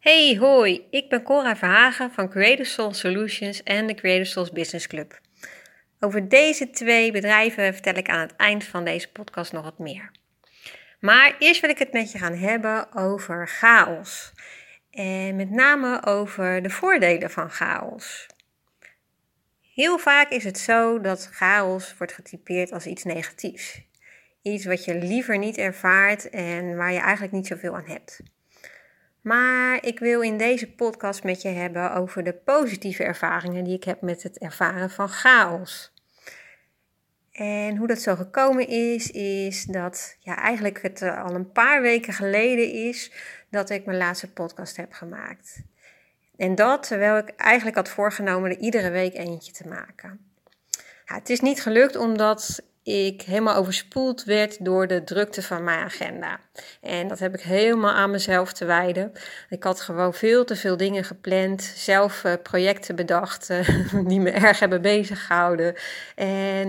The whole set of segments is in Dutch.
Hey, hoi, ik ben Cora Verhagen van Creative Soul Solutions en de Creative Souls Business Club. Over deze twee bedrijven vertel ik aan het eind van deze podcast nog wat meer. Maar eerst wil ik het met je gaan hebben over chaos. En met name over de voordelen van chaos. Heel vaak is het zo dat chaos wordt getypeerd als iets negatiefs. Iets wat je liever niet ervaart en waar je eigenlijk niet zoveel aan hebt. Maar ik wil in deze podcast met je hebben over de positieve ervaringen die ik heb met het ervaren van chaos. En hoe dat zo gekomen is dat eigenlijk het al een paar weken geleden is dat ik mijn laatste podcast heb gemaakt. En dat terwijl ik eigenlijk had voorgenomen er iedere week eentje te maken. Ja, het is niet gelukt omdat ik helemaal overspoeld werd door de drukte van mijn agenda. En dat heb ik helemaal aan mezelf te wijden. Ik had gewoon veel te veel dingen gepland, zelf projecten bedacht die me erg hebben bezig gehouden. En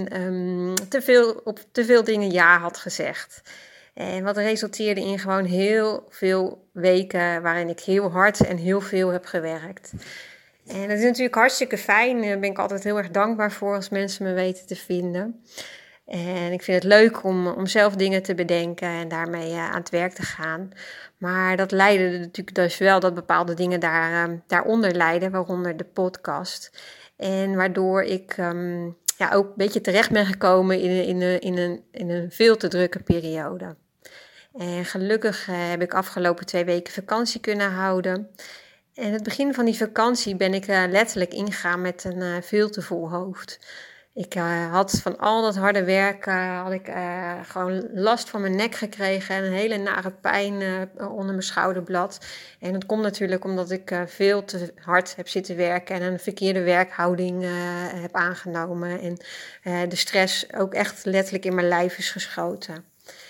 op te veel dingen ja had gezegd. En wat resulteerde in gewoon heel veel weken waarin ik heel hard en heel veel heb gewerkt. En dat is natuurlijk hartstikke fijn. Daar ben ik altijd heel erg dankbaar voor als mensen me weten te vinden. En ik vind het leuk om zelf dingen te bedenken en daarmee aan het werk te gaan. Maar dat leidde natuurlijk dus wel dat bepaalde dingen daaronder leiden, waaronder de podcast. En waardoor ik ook een beetje terecht ben gekomen in een veel te drukke periode. En gelukkig heb ik afgelopen 2 weken vakantie kunnen houden. En het begin van die vakantie ben ik letterlijk ingegaan met een veel te vol hoofd. Ik had van al dat harde werken gewoon last van mijn nek gekregen en een hele nare pijn onder mijn schouderblad. En dat komt natuurlijk omdat ik veel te hard heb zitten werken en een verkeerde werkhouding heb aangenomen. En de stress ook echt letterlijk in mijn lijf is geschoten.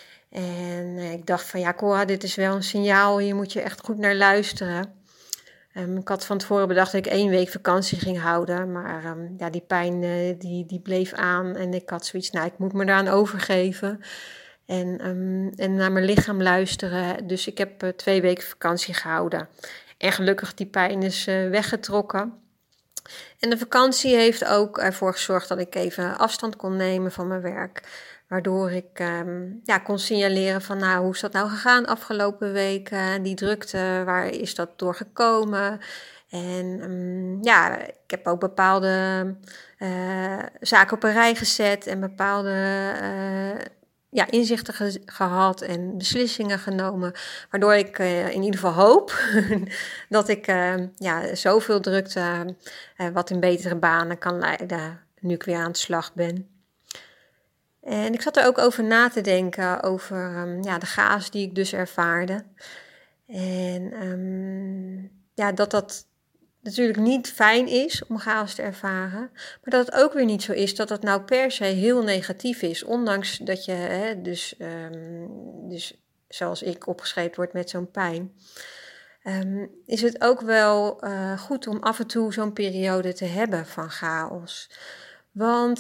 En ik dacht van ja, Cora, dit is wel een signaal, hier moet je echt goed naar luisteren. Ik had van tevoren bedacht dat ik 1 week vakantie ging houden. Maar die pijn die bleef aan. En ik had zoiets, ik moet me daaraan overgeven. En naar mijn lichaam luisteren. Dus ik heb 2 weken vakantie gehouden. En gelukkig die pijn is weggetrokken. En de vakantie heeft ook ervoor gezorgd dat ik even afstand kon nemen van mijn werk. Waardoor ik kon signaleren van hoe is dat nou gegaan afgelopen weken? Die drukte, waar is dat door gekomen? En ik heb ook bepaalde zaken op een rij gezet en bepaalde inzichten gehad en beslissingen genomen. Waardoor ik in ieder geval hoop dat ik zoveel drukte wat in betere banen kan leiden nu ik weer aan de slag ben. En ik zat er ook over na te denken over de chaos die ik dus ervaarde. En dat natuurlijk niet fijn is om chaos te ervaren. Maar dat het ook weer niet zo is dat het nou per se heel negatief is. Ondanks dat je dus zoals ik opgeschreven word met zo'n pijn. Is het ook wel goed om af en toe zo'n periode te hebben van chaos. Want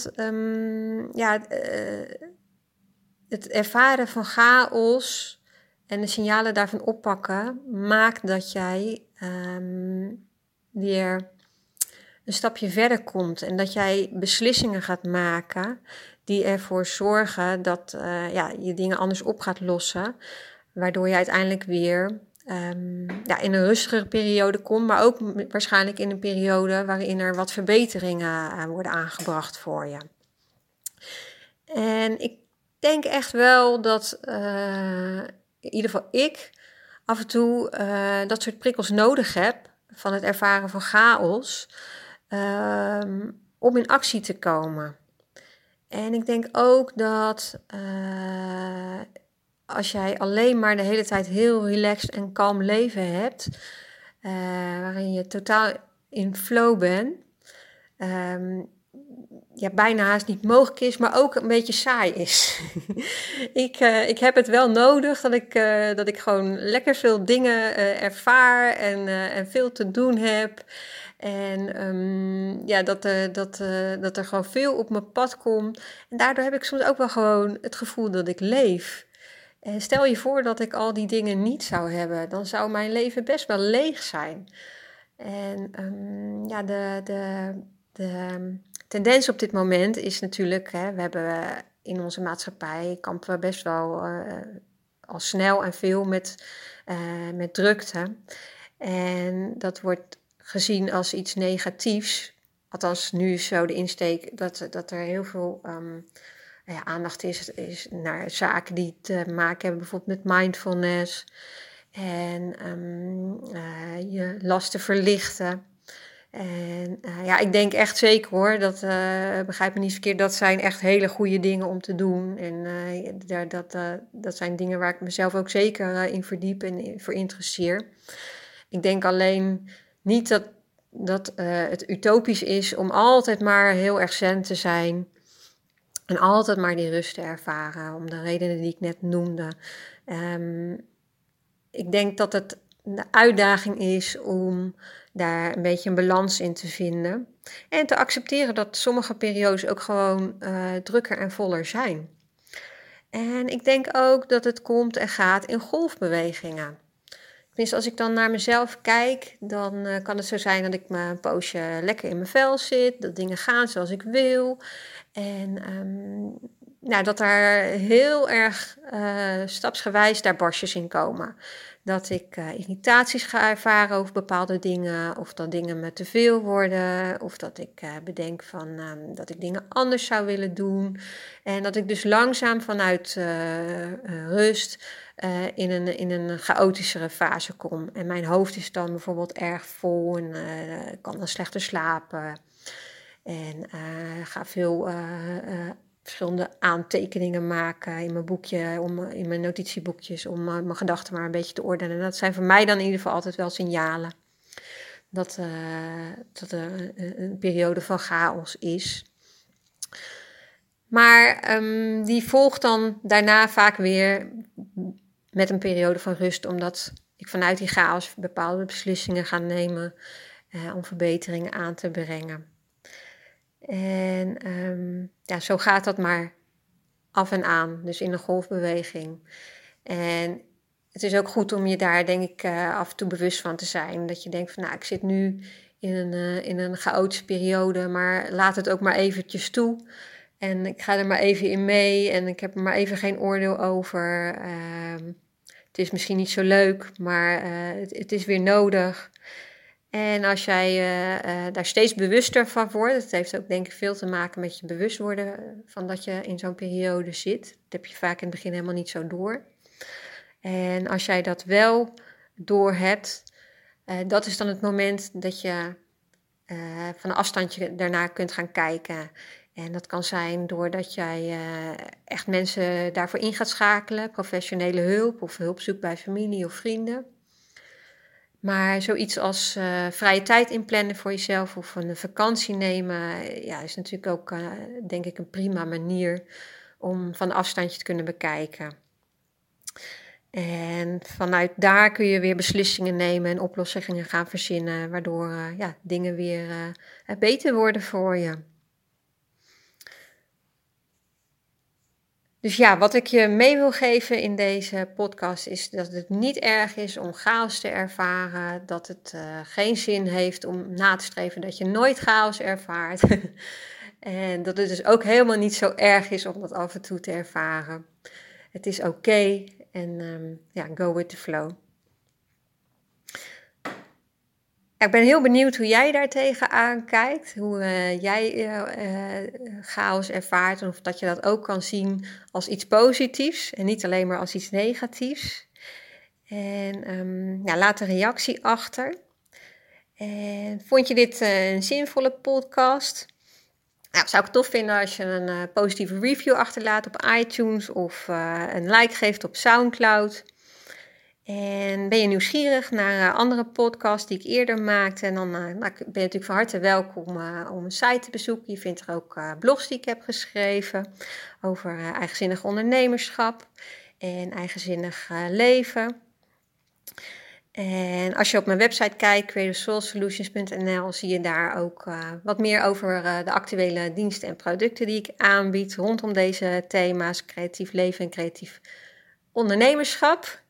het ervaren van chaos en de signalen daarvan oppakken maakt dat jij weer een stapje verder komt. En dat jij beslissingen gaat maken die ervoor zorgen dat je dingen anders op gaat lossen. Waardoor je uiteindelijk weer in een rustigere periode komt, maar ook waarschijnlijk in een periode waarin er wat verbeteringen worden aangebracht voor je. En ik denk echt wel dat in ieder geval ik af en toe dat soort prikkels nodig heb van het ervaren van chaos om in actie te komen. En ik denk ook dat als jij alleen maar de hele tijd heel relaxed en kalm leven hebt, waarin je totaal in flow bent, bijna haast niet mogelijk is, maar ook een beetje saai is. Ik heb het wel nodig dat ik gewoon lekker veel dingen ervaar en veel te doen heb. En dat er gewoon veel op mijn pad komt. En daardoor heb ik soms ook wel gewoon het gevoel dat ik leef. En stel je voor dat ik al die dingen niet zou hebben, dan zou mijn leven best wel leeg zijn. En de tendens op dit moment is natuurlijk, we hebben in onze maatschappij kampen we best wel al snel en veel met drukte. En dat wordt gezien als iets negatiefs. Althans, nu is zo de insteek dat er heel veel aandacht is naar zaken die te maken hebben, bijvoorbeeld met mindfulness. En je lasten verlichten. En ik denk echt zeker hoor, begrijp me niet verkeerd, dat zijn echt hele goede dingen om te doen. En dat zijn dingen waar ik mezelf ook zeker in verdiep en voor interesseer. Ik denk alleen niet dat het utopisch is om altijd maar heel erg zen te zijn. En altijd maar die rust te ervaren, om de redenen die ik net noemde. Ik denk dat het de uitdaging is om daar een beetje een balans in te vinden. En te accepteren dat sommige periodes ook gewoon drukker en voller zijn. En ik denk ook dat het komt en gaat in golfbewegingen. Tenminste, als ik dan naar mezelf kijk, dan kan het zo zijn dat ik me een poosje lekker in mijn vel zit. Dat dingen gaan zoals ik wil. En dat daar heel erg stapsgewijs daar barstjes in komen. Dat ik irritaties ga ervaren over bepaalde dingen. Of dat dingen me te veel worden. Of dat ik bedenk dat ik dingen anders zou willen doen. En dat ik dus langzaam vanuit rust in een chaotischere fase kom. En mijn hoofd is dan bijvoorbeeld erg vol en kan dan slechter slapen. En ga veel verschillende aantekeningen maken in mijn boekje, in mijn notitieboekjes, om mijn gedachten maar een beetje te ordenen. En dat zijn voor mij dan in ieder geval altijd wel signalen dat er een periode van chaos is. Maar die volgt dan daarna vaak weer met een periode van rust, omdat ik vanuit die chaos bepaalde beslissingen ga nemen om verbeteringen aan te brengen. En zo gaat dat maar af en aan, dus in een golfbeweging. En het is ook goed om je daar, denk ik, af en toe bewust van te zijn. Dat je denkt van, ik zit nu in een chaotische periode, maar laat het ook maar eventjes toe. En ik ga er maar even in mee en ik heb er maar even geen oordeel over. Het is misschien niet zo leuk, maar het is weer nodig. En als jij daar steeds bewuster van wordt, dat heeft ook denk ik veel te maken met je bewust worden van dat je in zo'n periode zit. Dat heb je vaak in het begin helemaal niet zo door. En als jij dat wel door hebt, dat is dan het moment dat je van een afstandje daarna kunt gaan kijken. En dat kan zijn doordat jij echt mensen daarvoor in gaat schakelen, professionele hulp of hulp zoekt bij familie of vrienden. Maar zoiets als vrije tijd inplannen voor jezelf of een vakantie nemen, is natuurlijk ook, denk ik, een prima manier om van een afstandje te kunnen bekijken. En vanuit daar kun je weer beslissingen nemen en oplossingen gaan verzinnen, waardoor dingen weer beter worden voor je. Dus wat ik je mee wil geven in deze podcast is dat het niet erg is om chaos te ervaren. Dat het geen zin heeft om na te streven dat je nooit chaos ervaart. En dat het dus ook helemaal niet zo erg is om dat af en toe te ervaren. Het is oké en go with the flow. Ik ben heel benieuwd hoe jij daar tegenaan kijkt, hoe jij chaos ervaart en of dat je dat ook kan zien als iets positiefs en niet alleen maar als iets negatiefs. En laat een reactie achter. En vond je dit een zinvolle podcast? Nou, zou ik het tof vinden als je een positieve review achterlaat op iTunes of een like geeft op SoundCloud. En ben je nieuwsgierig naar andere podcasts die ik eerder maakte, dan ben je natuurlijk van harte welkom om een site te bezoeken. Je vindt er ook blogs die ik heb geschreven over eigenzinnig ondernemerschap en eigenzinnig leven. En als je op mijn website kijkt, creativesoulsolutions.nl, zie je daar ook wat meer over de actuele diensten en producten die ik aanbied rondom deze thema's, creatief leven en creatief ondernemerschap.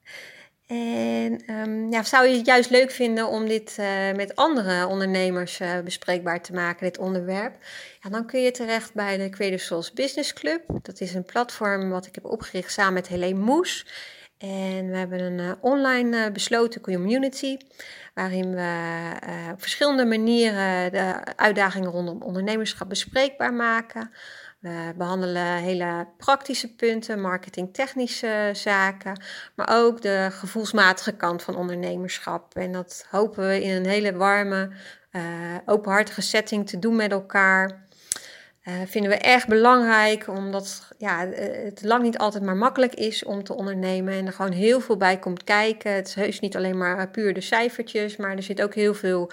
En zou je het juist leuk vinden om dit met andere ondernemers bespreekbaar te maken, dit onderwerp? Ja, dan kun je terecht bij de Creative Souls Business Club. Dat is een platform wat ik heb opgericht samen met Helene Moes. En we hebben een online besloten community, waarin we op verschillende manieren de uitdagingen rondom ondernemerschap bespreekbaar maken. We behandelen hele praktische punten, marketingtechnische zaken, maar ook de gevoelsmatige kant van ondernemerschap. En dat hopen we in een hele warme, openhartige setting te doen met elkaar. Vinden we erg belangrijk, omdat het lang niet altijd maar makkelijk is om te ondernemen en er gewoon heel veel bij komt kijken. Het is heus niet alleen maar puur de cijfertjes, maar er zit ook heel veel,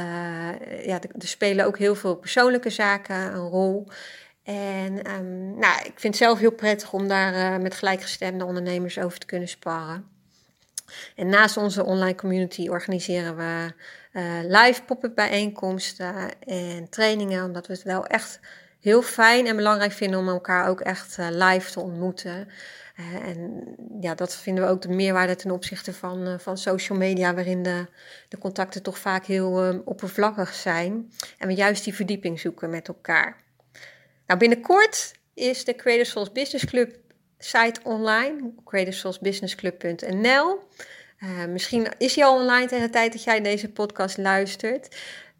er spelen ook heel veel persoonlijke zaken een rol. En ik vind het zelf heel prettig om daar met gelijkgestemde ondernemers over te kunnen sparren. En naast onze online community organiseren we live pop-up bijeenkomsten en trainingen, omdat we het wel echt heel fijn en belangrijk vinden om elkaar ook echt live te ontmoeten. Dat vinden we ook de meerwaarde ten opzichte van social media, waarin de contacten toch vaak heel oppervlakkig zijn. En we juist die verdieping zoeken met elkaar. Nou, binnenkort is de Creative Souls Business Club site online, creativesoulsbusinessclub.nl. Misschien is hij al online tegen de tijd dat jij deze podcast luistert.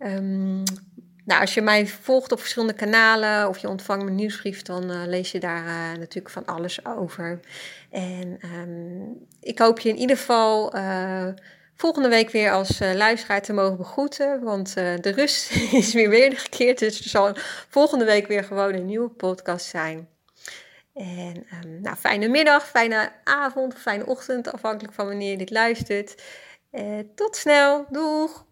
Als je mij volgt op verschillende kanalen of je ontvangt mijn nieuwsbrief, dan lees je daar natuurlijk van alles over. En ik hoop je in ieder geval volgende week weer als luisteraar te mogen begroeten, want de rust is weer wedergekeerd. Dus er zal volgende week weer gewoon een nieuwe podcast zijn. En fijne middag, fijne avond, fijne ochtend, afhankelijk van wanneer je dit luistert. Tot snel, doeg!